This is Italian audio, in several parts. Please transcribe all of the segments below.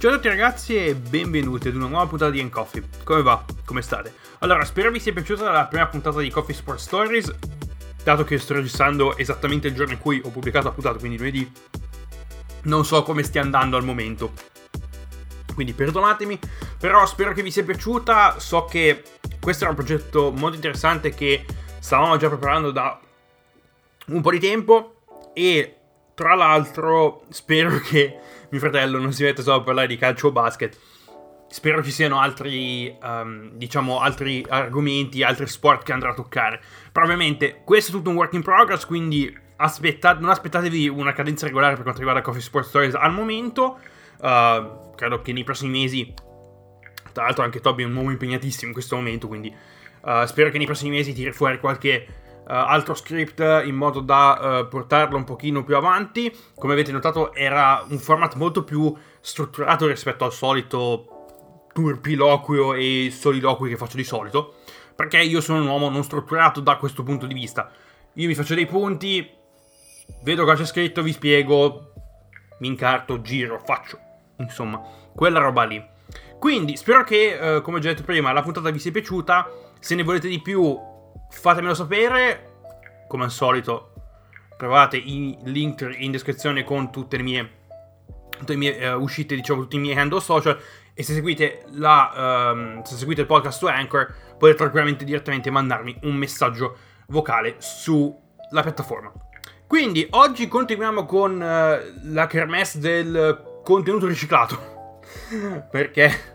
Ciao a tutti ragazzi e benvenuti ad una nuova puntata di Coffee. Come va? Come state? Allora, spero vi sia piaciuta la prima puntata di Coffee Sports Stories, dato che sto registrando esattamente il giorno in cui ho pubblicato la puntata, quindi lunedì. Non so come stia andando al momento, quindi perdonatemi, però spero che vi sia piaciuta. So che questo era un progetto molto interessante che stavamo già preparando da un po' di tempo e tra l'altro spero che mio fratello non si metta solo a parlare di calcio o basket. Spero ci siano altri altri argomenti, altri sport che andrà a toccare. Però ovviamente questo è tutto un work in progress, quindi non aspettatevi una cadenza regolare per quanto riguarda Coffee Sports Stories al momento. Credo che nei prossimi mesi, tra l'altro anche Toby è un uomo impegnatissimo in questo momento, quindi spero che nei prossimi mesi tiri fuori qualche altro script in modo da portarlo un pochino più avanti. Come avete notato era un format molto più strutturato rispetto al solito turpiloquio e soliloquio che faccio di solito, perché io sono un uomo non strutturato da questo punto di vista. Io mi faccio dei punti, vedo cosa c'è scritto, vi spiego, mi incarto, giro, faccio, insomma, quella roba lì. Quindi spero che, come ho già detto prima, la puntata vi sia piaciuta. Se ne volete di più fatemelo sapere. Come al solito trovate i link in descrizione con tutte le mie uscite, diciamo tutti i miei handle social. E se seguite il podcast su Anchor potete tranquillamente direttamente mandarmi un messaggio vocale sulla piattaforma. Quindi oggi continuiamo con la kermesse del contenuto riciclato. Perché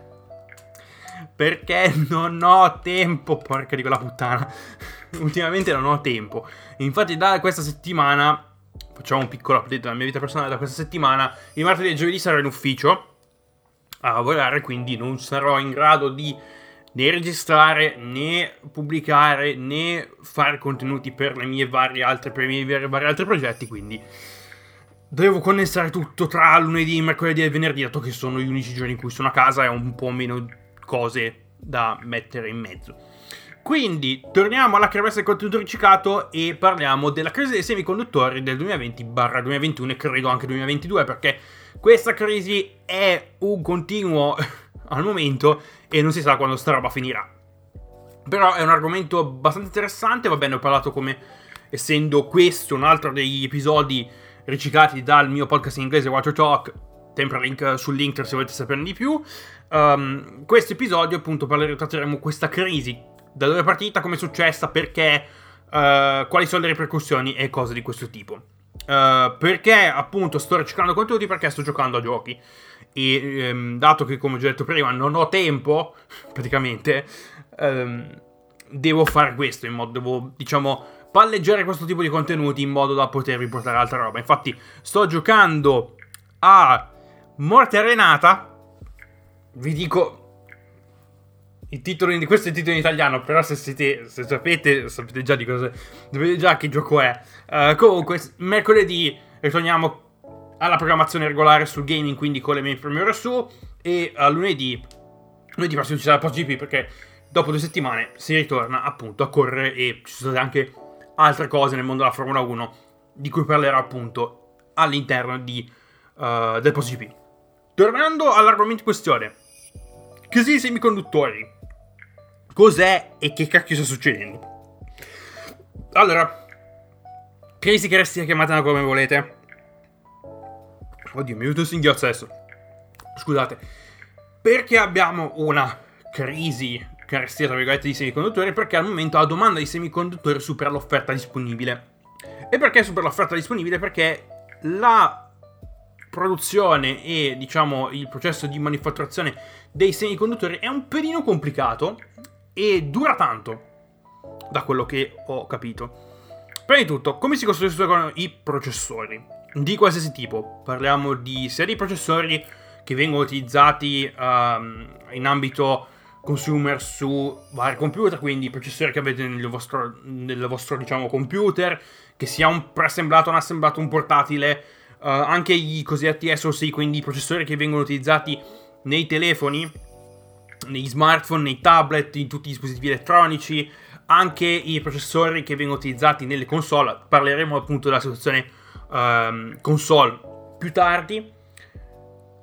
non ho tempo, porca di quella puttana. Ultimamente non ho tempo. Infatti da questa settimana, facciamo un piccolo update della mia vita personale, da questa settimana il martedì e il giovedì sarò in ufficio a lavorare, quindi non sarò in grado di né registrare, né pubblicare, né fare contenuti per i miei vari altri progetti, quindi devo condensare tutto tra lunedì, mercoledì e venerdì, dato che sono gli unici giorni in cui sono a casa e ho un po' meno cose da mettere in mezzo. Quindi torniamo alla kermesse del contenuto riciclato e parliamo della crisi dei semiconduttori del 2020/2021 e credo anche 2022, perché questa crisi è un continuo al momento e non si sa quando sta roba finirà. Però è un argomento abbastanza interessante. Va bene, ho parlato, come essendo questo un altro degli episodi riciclati dal mio podcast in inglese Water Talk, sempre link sul link se volete saperne di più. Questo episodio appunto tratteremo questa crisi, da dove è partita, come è successa, perché, quali sono le ripercussioni e cose di questo tipo. Perché appunto sto riciclando contenuti, perché sto giocando a giochi e dato che, come ho già detto prima, non ho tempo praticamente, devo fare questo, devo palleggiare questo tipo di contenuti in modo da potervi portare altra roba. Infatti sto giocando a Morte Arenata. Vi dico il titolo di questo, è il titolo in italiano, però se sapete già di cosa, sapete già che gioco è. Comunque mercoledì ritorniamo alla programmazione regolare sul gaming, quindi con le mie prime ore su, e lunedì prossimo ci sarà post GP, perché dopo 2 settimane si ritorna appunto a correre e ci sono anche altre cose nel mondo della Formula 1 di cui parlerò appunto all'interno del post GP. Tornando all'argomento in questione, crisi dei semiconduttori. Cos'è e che cacchio sta succedendo? Allora, crisi che resti chiamatela come volete. Oddio, mi è venuto un singhiozzo adesso. Scusate. Perché abbiamo una crisi carestia, tra virgolette, di semiconduttori? Perché al momento la domanda di semiconduttori supera l'offerta disponibile. E perché supera l'offerta disponibile? Perché la produzione e il processo di manifatturazione dei semiconduttori è un pelino complicato e dura tanto, da quello che ho capito. Prima di tutto, come si costruiscono i processori di qualsiasi tipo? Parliamo sia di processori che vengono utilizzati in ambito consumer su vari computer, quindi processori che avete nel vostro computer, che sia un preassemblato, un assemblato, un portatile, anche i cosiddetti SoC, quindi i processori che vengono utilizzati nei telefoni, negli smartphone, nei tablet, in tutti i dispositivi elettronici, anche i processori che vengono utilizzati nelle console. Parleremo appunto della situazione console più tardi.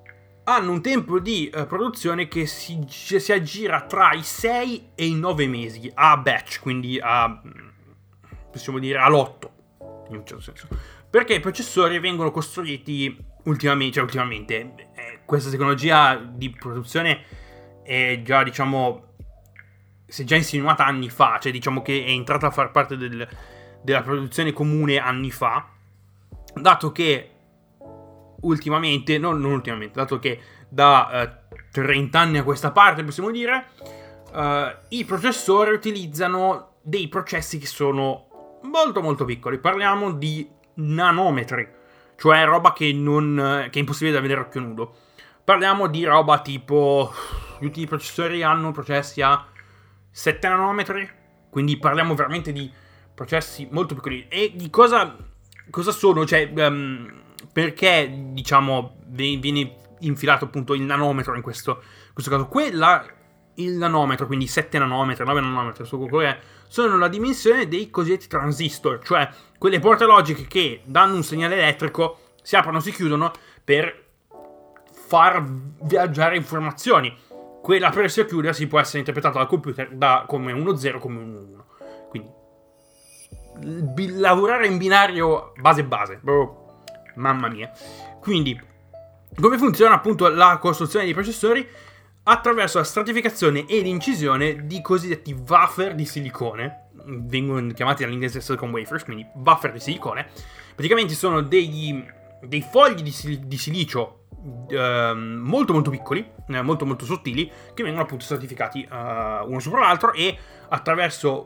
hanno un tempo di produzione che si aggira tra i 6 e i 9 mesi a batch, quindi possiamo dire a lotto, in un certo senso. Perché i processori vengono costruiti ultimamente questa tecnologia di produzione è già, diciamo, si è già insinuata anni fa, cioè diciamo che è entrata a far parte della produzione comune anni fa, dato che ultimamente, non ultimamente, dato che da 30 anni a questa parte, possiamo dire, i processori utilizzano dei processi che sono molto molto piccoli. Parliamo di nanometri, cioè roba che è impossibile da vedere a occhio nudo. Parliamo di roba tipo, gli ultimi processori hanno processi a 7 nanometri, quindi parliamo veramente di processi molto piccoli. E di cosa sono? Cioè, perché, diciamo, viene infilato appunto il nanometro in questo caso? Il nanometro, quindi 7 nanometri, 9 nanometri, sono la dimensione dei cosiddetti transistor, cioè quelle porte logiche che danno un segnale elettrico, si aprono, si chiudono per far viaggiare informazioni. Quella apersi e chiudersi può essere interpretata dal computer come 1-0, come 1-1. Quindi lavorare in binario base, proprio, mamma mia. Quindi, come funziona appunto la costruzione dei processori? Attraverso la stratificazione e l'incisione di cosiddetti wafer di silicone, vengono chiamati dall'inglese silicon wafers, quindi wafer di silicone. Praticamente sono dei fogli di silicio molto molto piccoli, molto molto sottili, che vengono appunto stratificati uno sopra l'altro, e attraverso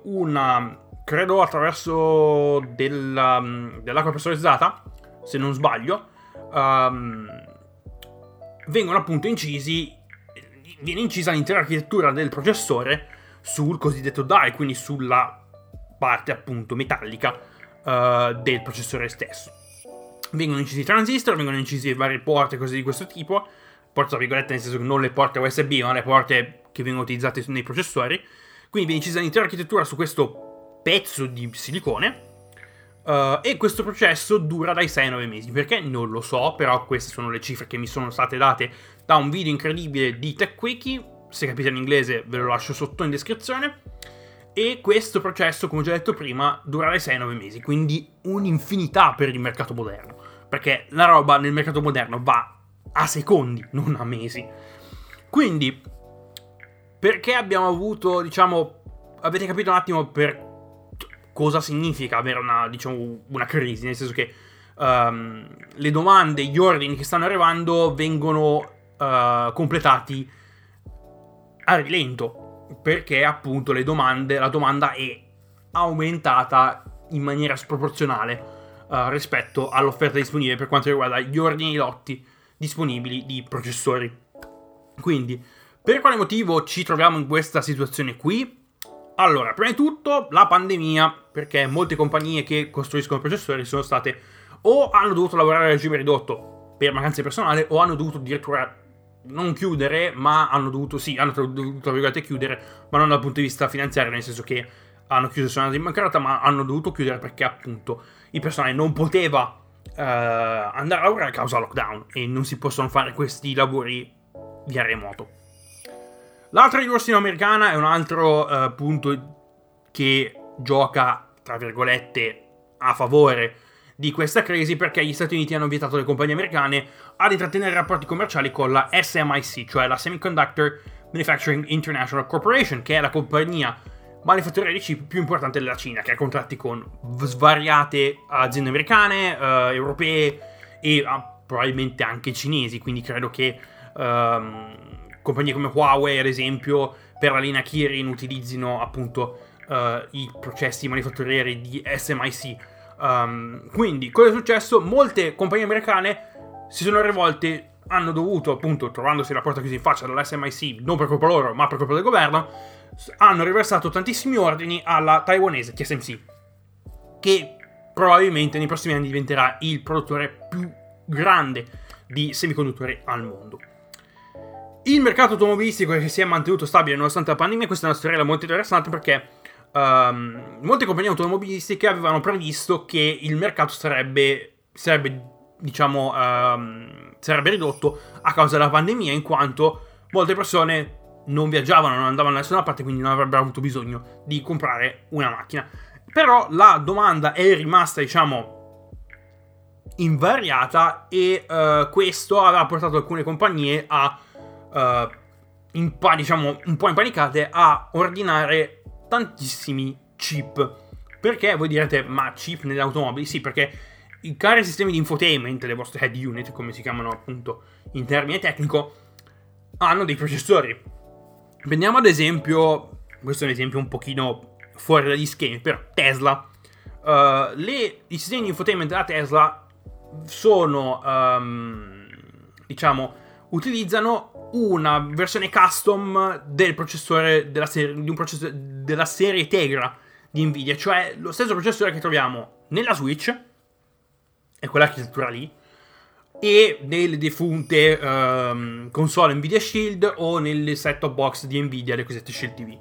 dell'acqua pressurizzata, se non sbaglio, vengono appunto viene incisa l'intera architettura del processore sul cosiddetto die, quindi sulla parte appunto metallica del processore stesso. Vengono incisi i transistor, vengono incisi varie porte, cose di questo tipo, porte tra virgolette, nel senso che non le porte USB, ma le porte che vengono utilizzate nei processori. Quindi viene incisa l'intera architettura su questo pezzo di silicone, e questo processo dura dai 6 ai 9 mesi. Perché? Non lo so, però queste sono le cifre che mi sono state date da un video incredibile di TechWiki. Se capite l'inglese ve lo lascio sotto in descrizione. E questo processo, come ho già detto prima, dura dai 6 ai 9 mesi, quindi un'infinità per il mercato moderno. Perché la roba nel mercato moderno va a secondi, non a mesi. Quindi, perché abbiamo avuto, diciamo, avete capito un attimo per cosa significa avere una crisi, nel senso che le domande, gli ordini che stanno arrivando vengono completati a rilento, perché appunto la domanda è aumentata in maniera sproporzionale rispetto all'offerta disponibile per quanto riguarda gli ordini di lotti disponibili di processori. Quindi, per quale motivo ci troviamo in questa situazione qui? Allora, prima di tutto la pandemia, perché molte compagnie che costruiscono processori sono state o hanno dovuto lavorare a regime ridotto per mancanza di personale, o hanno dovuto addirittura non chiudere, ma hanno dovuto chiudere, ma non dal punto di vista finanziario, nel senso che hanno chiuso, sono andati in bancarotta, ma hanno dovuto chiudere perché appunto il personale non poteva andare a lavorare a causa lockdown, e non si possono fare questi lavori via remoto. L'altra rivoluzione americana è un altro punto che gioca, tra virgolette, a favore di questa crisi, perché gli Stati Uniti hanno vietato alle compagnie americane ad intrattenere rapporti commerciali con la SMIC, cioè la Semiconductor Manufacturing International Corporation, che è la compagnia manifatturiera di chip più importante della Cina, che ha contratti con svariate aziende americane, europee e probabilmente anche cinesi. Quindi credo che compagnie come Huawei, ad esempio, per la linea Kirin utilizzino appunto i processi manifatturieri di SMIC. Quindi cosa è successo? Molte compagnie americane si sono rivolte, hanno dovuto, appunto, trovandosi la porta chiusa in faccia dall'SMIC, non per colpa loro ma per colpa del governo, hanno riversato tantissimi ordini alla taiwanese TSMC, che probabilmente nei prossimi anni diventerà il produttore più grande di semiconduttori al mondo. Il mercato automobilistico che si è mantenuto stabile nonostante la pandemia. Questa è una storia molto interessante, perché molte compagnie automobilistiche avevano previsto che il mercato sarebbe sarebbe ridotto a causa della pandemia, in quanto molte persone non viaggiavano, non andavano da nessuna parte, quindi non avrebbero avuto bisogno di comprare una macchina. Però la domanda è rimasta, diciamo, invariata, e questo aveva portato alcune compagnie a, diciamo, un po' impanicate, a ordinare tantissimi chip. Perché voi direte, ma chip nelle automobili? Sì, perché i cari sistemi di infotainment, le vostre head unit, come si chiamano appunto in termine tecnico, hanno dei processori. Prendiamo ad esempio, questo è un esempio un pochino fuori dagli schemi, però Tesla. I sistemi di infotainment della Tesla sono, diciamo, utilizzano una versione custom del processore della serie Tegra di Nvidia, cioè lo stesso processore che troviamo nella Switch, è quell'architettura lì, e nelle defunte console Nvidia Shield o nelle set-top box di Nvidia, le cosiddette Shield TV.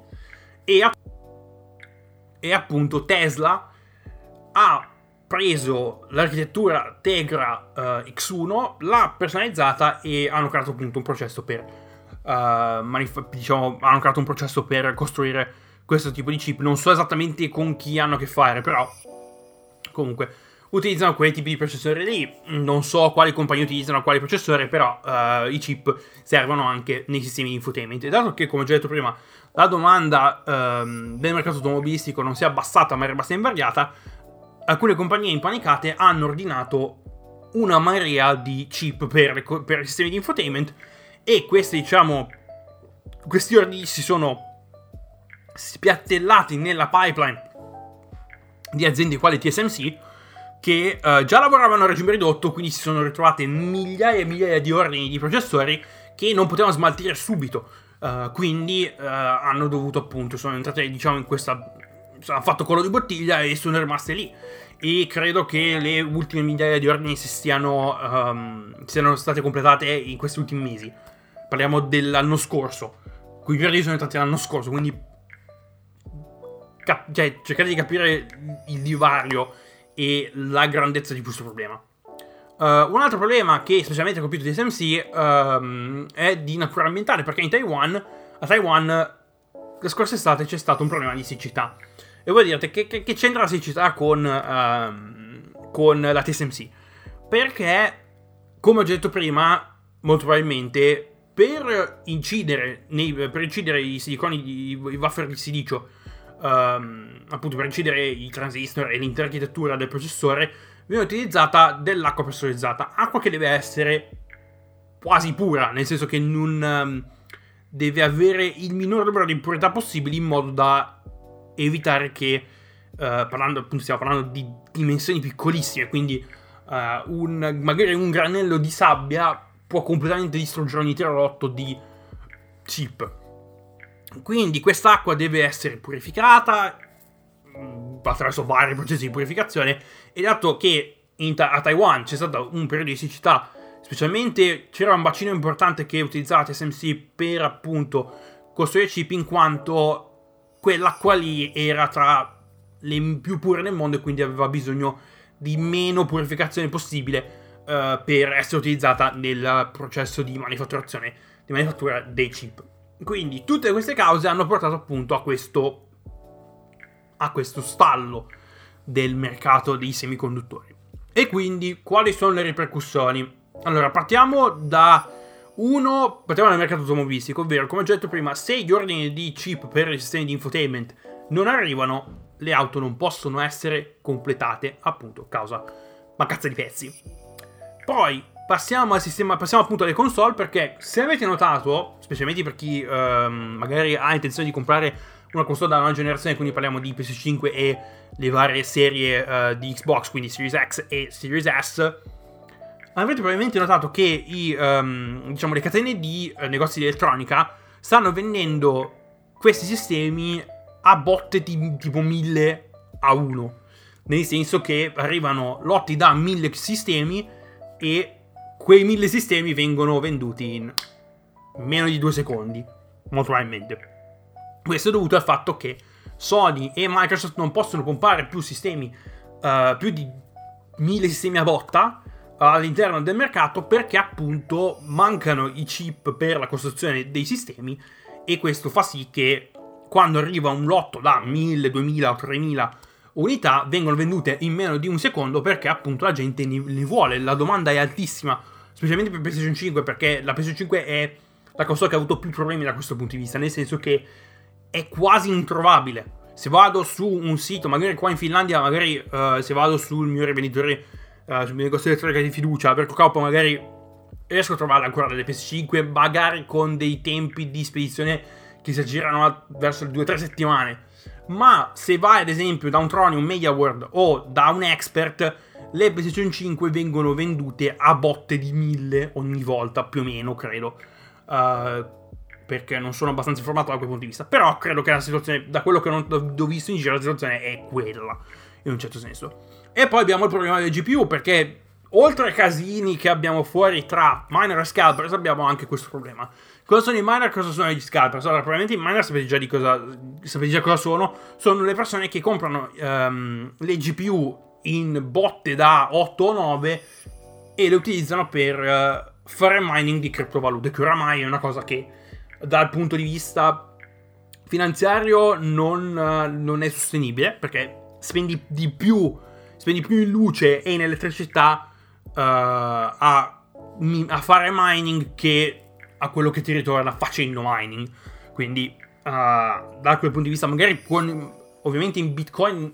E appunto Tesla ha preso l'architettura Tegra X1, l'ha personalizzata e hanno creato appunto un processo per diciamo, hanno creato un processo per costruire questo tipo di chip. Non so esattamente con chi hanno a che fare, però comunque utilizzano quei tipi di processori lì. Non so quali compagnie utilizzano quali processori, però i chip servono anche nei sistemi di infotainment. E dato che, come ho già detto prima, la domanda del mercato automobilistico non si è abbassata ma è rimasta invariata, alcune compagnie impanicate hanno ordinato una marea di chip per i sistemi di infotainment, e questi ordini si sono spiattellati nella pipeline di aziende quali TSMC, che già lavoravano a regime ridotto, quindi si sono ritrovate migliaia e migliaia di ordini di processori che non potevano smaltire subito, quindi hanno dovuto appunto, sono entrate diciamo in questa, hanno fatto collo di bottiglia e sono rimaste lì. E credo che le ultime migliaia di ordini siano state completate in questi ultimi mesi. Parliamo dell'anno scorso, quei periodi sono entrati l'anno scorso, quindi cercate di capire il divario e la grandezza di questo problema. Un altro problema che specialmente ha colpito TSMC è di natura ambientale, perché a Taiwan la scorsa estate c'è stato un problema di siccità. E voi direte che c'entra la siccità con la TSMC? Perché, come ho già detto prima, molto probabilmente per incidere i siliconi, i wafer di silicio, appunto per incidere i transistor e l'intera architettura del processore, viene utilizzata dell'acqua pressurizzata, acqua che deve essere quasi pura, nel senso che non deve avere il minor numero di impurità possibili, in modo da evitare che stiamo parlando di dimensioni piccolissime, quindi magari un granello di sabbia può completamente distruggere un intero lotto di chip. Quindi quest'acqua deve essere purificata attraverso vari processi di purificazione, e dato che a Taiwan c'è stato un periodo di siccità, specialmente c'era un bacino importante che utilizzava TSMC per appunto costruire chip, in quanto quell'acqua lì era tra le più pure del mondo e quindi aveva bisogno di meno purificazione possibile per essere utilizzata nel processo di manifattura dei chip. Quindi tutte queste cause hanno portato appunto a questo stallo del mercato dei semiconduttori. E quindi quali sono le ripercussioni? Allora, partiamo dal mercato automobilistico, ovvero, come ho già detto prima, se gli ordini di chip per i sistemi di infotainment non arrivano, le auto non possono essere completate, appunto causa mancanza di pezzi. Poi passiamo appunto alle console, perché se avete notato, specialmente per chi magari ha intenzione di comprare una console da nuova generazione, quindi parliamo di PS5 e le varie serie di Xbox, quindi Series X e Series S, avrete probabilmente notato che le catene di negozi di elettronica stanno vendendo questi sistemi a botte tipo 1000 a 1, nel senso che arrivano lotti da 1000 sistemi e quei 1000 sistemi vengono venduti in meno di 2 secondi, molto probabilmente. Questo è dovuto al fatto che Sony e Microsoft non possono pompare più di 1000 sistemi a botta, all'interno del mercato, perché appunto mancano i chip per la costruzione dei sistemi, e questo fa sì che quando arriva un lotto da 1000, 2000 o 3000 unità vengono vendute in meno di un secondo, perché appunto la gente ne vuole, la domanda è altissima, specialmente per PlayStation 5, perché la PlayStation 5 è la console che ha avuto più problemi da questo punto di vista, nel senso che è quasi introvabile. Se vado su un sito, magari qua in Finlandia, magari se vado sul mio rivenditore, sul mio negozio elettronica di fiducia, per Cocaupo, magari riesco a trovare ancora delle PS5, magari con dei tempi di spedizione che si aggirano verso le 2-3 settimane. Ma se vai ad esempio da un Troni, un MediaWorld o da un Expert, le PlayStation 5 vengono vendute a botte di 1000 ogni volta, più o meno, credo. Perché non sono abbastanza informato da quel punto di vista. Però credo che la situazione, da quello che ho visto in giro, la situazione è quella, in un certo senso. E poi abbiamo il problema del GPU, perché oltre ai casini che abbiamo fuori tra miner e scalpers, abbiamo anche questo problema. Cosa sono i miner? Cosa sono gli scalpers? Allora, probabilmente i miner sapete già cosa sono. Sono le persone che comprano le GPU in botte da 8 o 9 e le utilizzano per fare mining di criptovalute, che oramai è una cosa che dal punto di vista finanziario non è sostenibile, perché spendi più in luce e in elettricità a fare mining che a quello che ti ritorna facendo mining. Quindi da quel punto di vista magari ovviamente in Bitcoin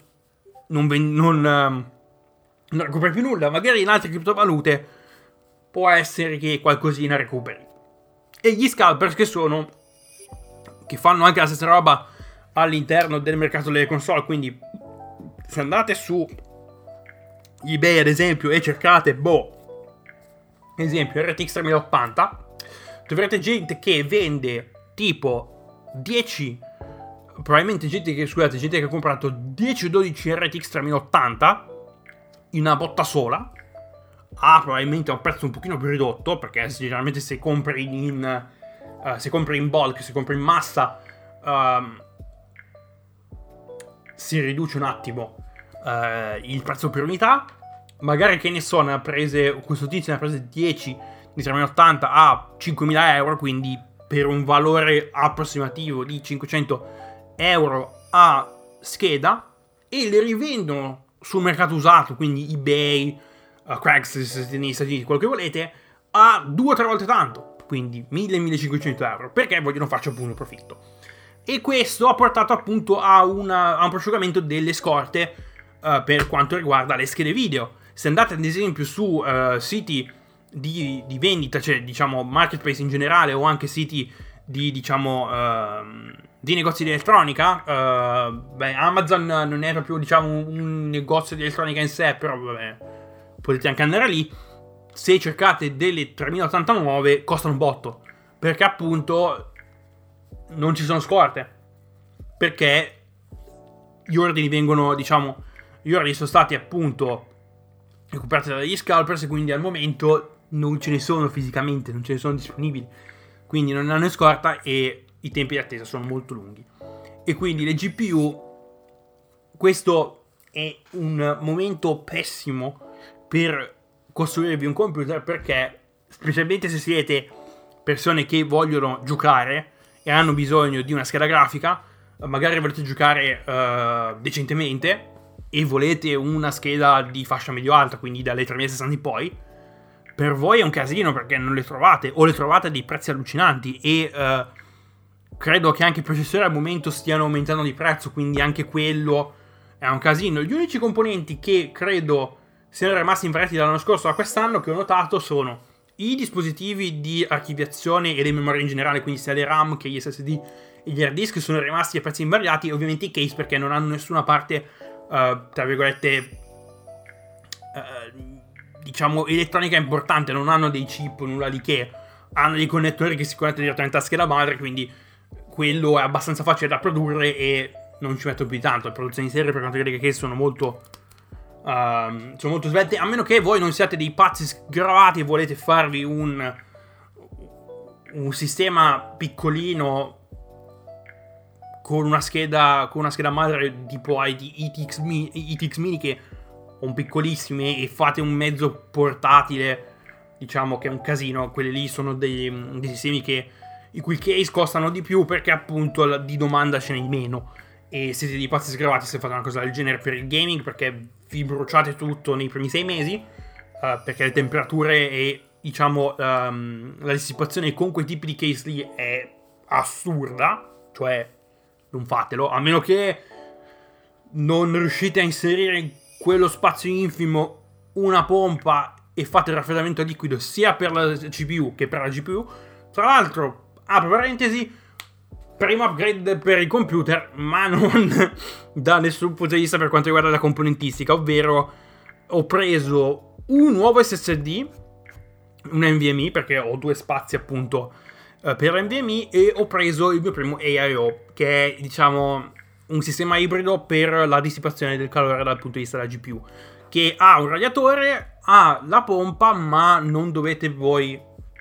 non recuperi più nulla, magari in altre criptovalute può essere che qualcosina recuperi. E gli scalpers che fanno anche la stessa roba all'interno del mercato delle console. Quindi se andate su eBay ad esempio e cercate esempio RTX 3080, troverete gente che vende tipo 10, probabilmente gente che ha comprato 10 o 12 RTX 3080 in una botta sola, probabilmente a un prezzo un pochino più ridotto, perché generalmente se compri in bulk, se compri in massa, si riduce un attimo il prezzo per unità. Magari, che ne so, questo tizio ne ha prese 10 di 3080 a 5.000 euro, quindi per un valore approssimativo di 500 euro a scheda, e le rivendono sul mercato usato, quindi eBay, Craigslist negli Stati Uniti, quello che volete, a 2 o 3 volte tanto, quindi 1.000-1.500 euro, perché vogliono farci appunto profitto. E questo ha portato appunto a un prosciugamento delle scorte per quanto riguarda le schede video. Se andate ad esempio su siti di vendita, cioè diciamo marketplace in generale, o anche siti di negozi di elettronica, Amazon non è proprio diciamo un negozio di elettronica in sé, però vabbè, potete anche andare lì. Se cercate delle 3080 nuove costano un botto, perché appunto non ci sono scorte, perché gli ordini sono stati appunto recuperati dagli scalpers, e quindi al momento non ce ne sono fisicamente, non ce ne sono disponibili, quindi non hanno scorta e i tempi di attesa sono molto lunghi. E quindi le GPU, questo è un momento pessimo per costruirvi un computer, perché specialmente se siete persone che vogliono giocare e hanno bisogno di una scheda grafica, magari volete giocare decentemente e volete una scheda di fascia medio-alta, quindi dalle 3060 in poi, per voi è un casino, perché non le trovate, o le trovate a dei prezzi allucinanti, e credo che anche i processori al momento stiano aumentando di prezzo, quindi anche quello è un casino. Gli unici componenti che credo siano rimasti invariati dall'anno scorso a quest'anno, che ho notato, sono i dispositivi di archiviazione e le memorie in generale, quindi sia le RAM che gli SSD e gli hard disk sono rimasti a prezzi invariati, e ovviamente i case, perché non hanno nessuna parte tra virgolette diciamo elettronica importante, non hanno dei chip, nulla di che, hanno dei connettori che si connettono direttamente alla scheda madre, quindi quello è abbastanza facile da produrre e non ci metto più di tanto. Le produzioni serie per quanto riguarda i case sono molto svelte, a meno che voi non siate dei pazzi sgravati e volete farvi un sistema piccolino con una scheda madre tipo ITX Mini, che o un piccolissimi e fate un mezzo portatile, diciamo che è un casino. Quelli lì sono dei sistemi i cui case costano di più perché appunto di domanda ce n'è di meno. E siete dei pazzi sgravati se fate una cosa del genere per il gaming, perché vi bruciate tutto nei primi 6 mesi, perché le temperature e diciamo la dissipazione con quei tipi di case lì è assurda. Cioè non fatelo, a meno che non riuscite a inserire in quello spazio infimo una pompa e fate il raffreddamento a liquido sia per la CPU che per la GPU. Tra l'altro, apro parentesi, primo upgrade per il computer, ma non da nessun punto di vista per quanto riguarda la componentistica, ovvero ho preso un nuovo SSD, un NVMe, perché ho 2 spazi appunto per NVMe, e ho preso il mio primo AIO, che è diciamo un sistema ibrido per la dissipazione del calore dal punto di vista della GPU, che ha un radiatore, ha la pompa, ma non dovete voi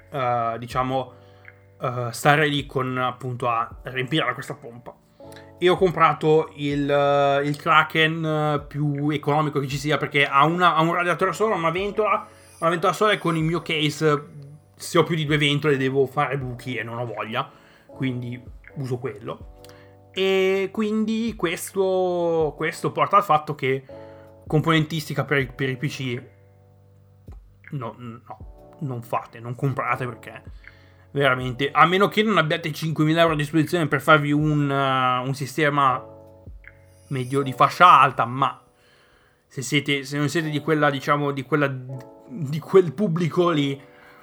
stare lì con appunto a riempire questa pompa. E ho comprato il Kraken più economico che ci sia, perché ha un radiatore solo, una ventola sola, e con il mio case se ho più di 2 ventole devo fare buchi e non ho voglia, quindi uso quello. E quindi questo porta al fatto che componentistica per i PC no, non comprate, perché veramente, a meno che non abbiate 5.000 euro a disposizione per farvi un sistema medio di fascia alta, ma se non siete di quella, diciamo, di quel pubblico lì,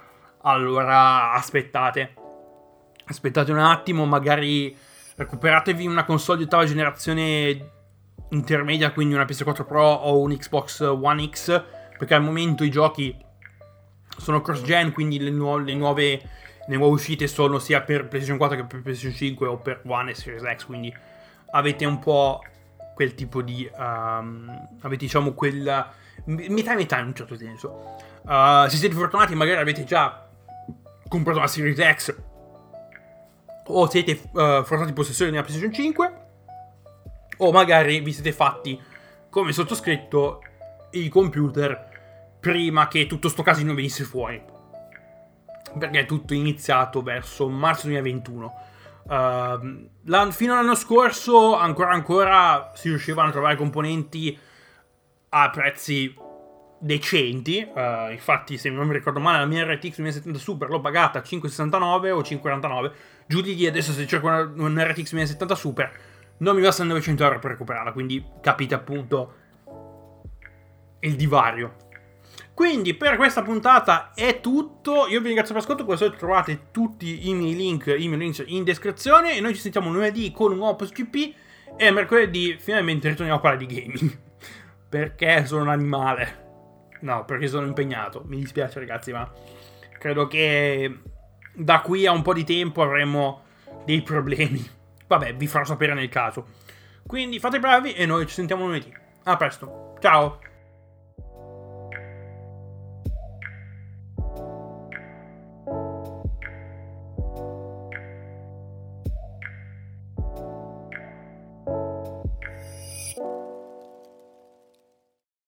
allora aspettate un attimo, magari recuperatevi una console di 8ª generazione intermedia, quindi una PS4 Pro o un Xbox One X, perché al momento i giochi sono cross-gen, quindi le nuove uscite sono sia per PlayStation 4 che per PlayStation 5 o per One e Series X, quindi avete un po' quel tipo di avete diciamo quella metà in un certo senso. Se siete fortunati magari avete già comprato una Series X o siete fortunati possessori della PlayStation 5, o magari vi siete fatti come sottoscritto il computer prima che tutto sto casino venisse fuori, perché è tutto iniziato verso marzo 2021. Fino all'anno scorso ancora si riuscivano a trovare componenti a prezzi decenti. Infatti, se non mi ricordo male, la mia RTX 1070 Super l'ho pagata a 5,69 o 5,49. Giù di lì adesso, se cerco un RTX 1070 Super non mi bastano 900 euro per recuperarla, quindi capite appunto il divario. Quindi per questa puntata è tutto. Io vi ringrazio per l'ascolto. Come al solito trovate tutti i miei link in descrizione, e noi ci sentiamo lunedì con un nuovo post GP, e mercoledì finalmente ritorniamo a parlare di gaming perché sono un animale. No, perché sono impegnato. Mi dispiace ragazzi, ma credo che da qui a un po' di tempo avremo dei problemi. Vabbè, vi farò sapere nel caso. Quindi fate i bravi e noi ci sentiamo lunedì. A presto. Ciao.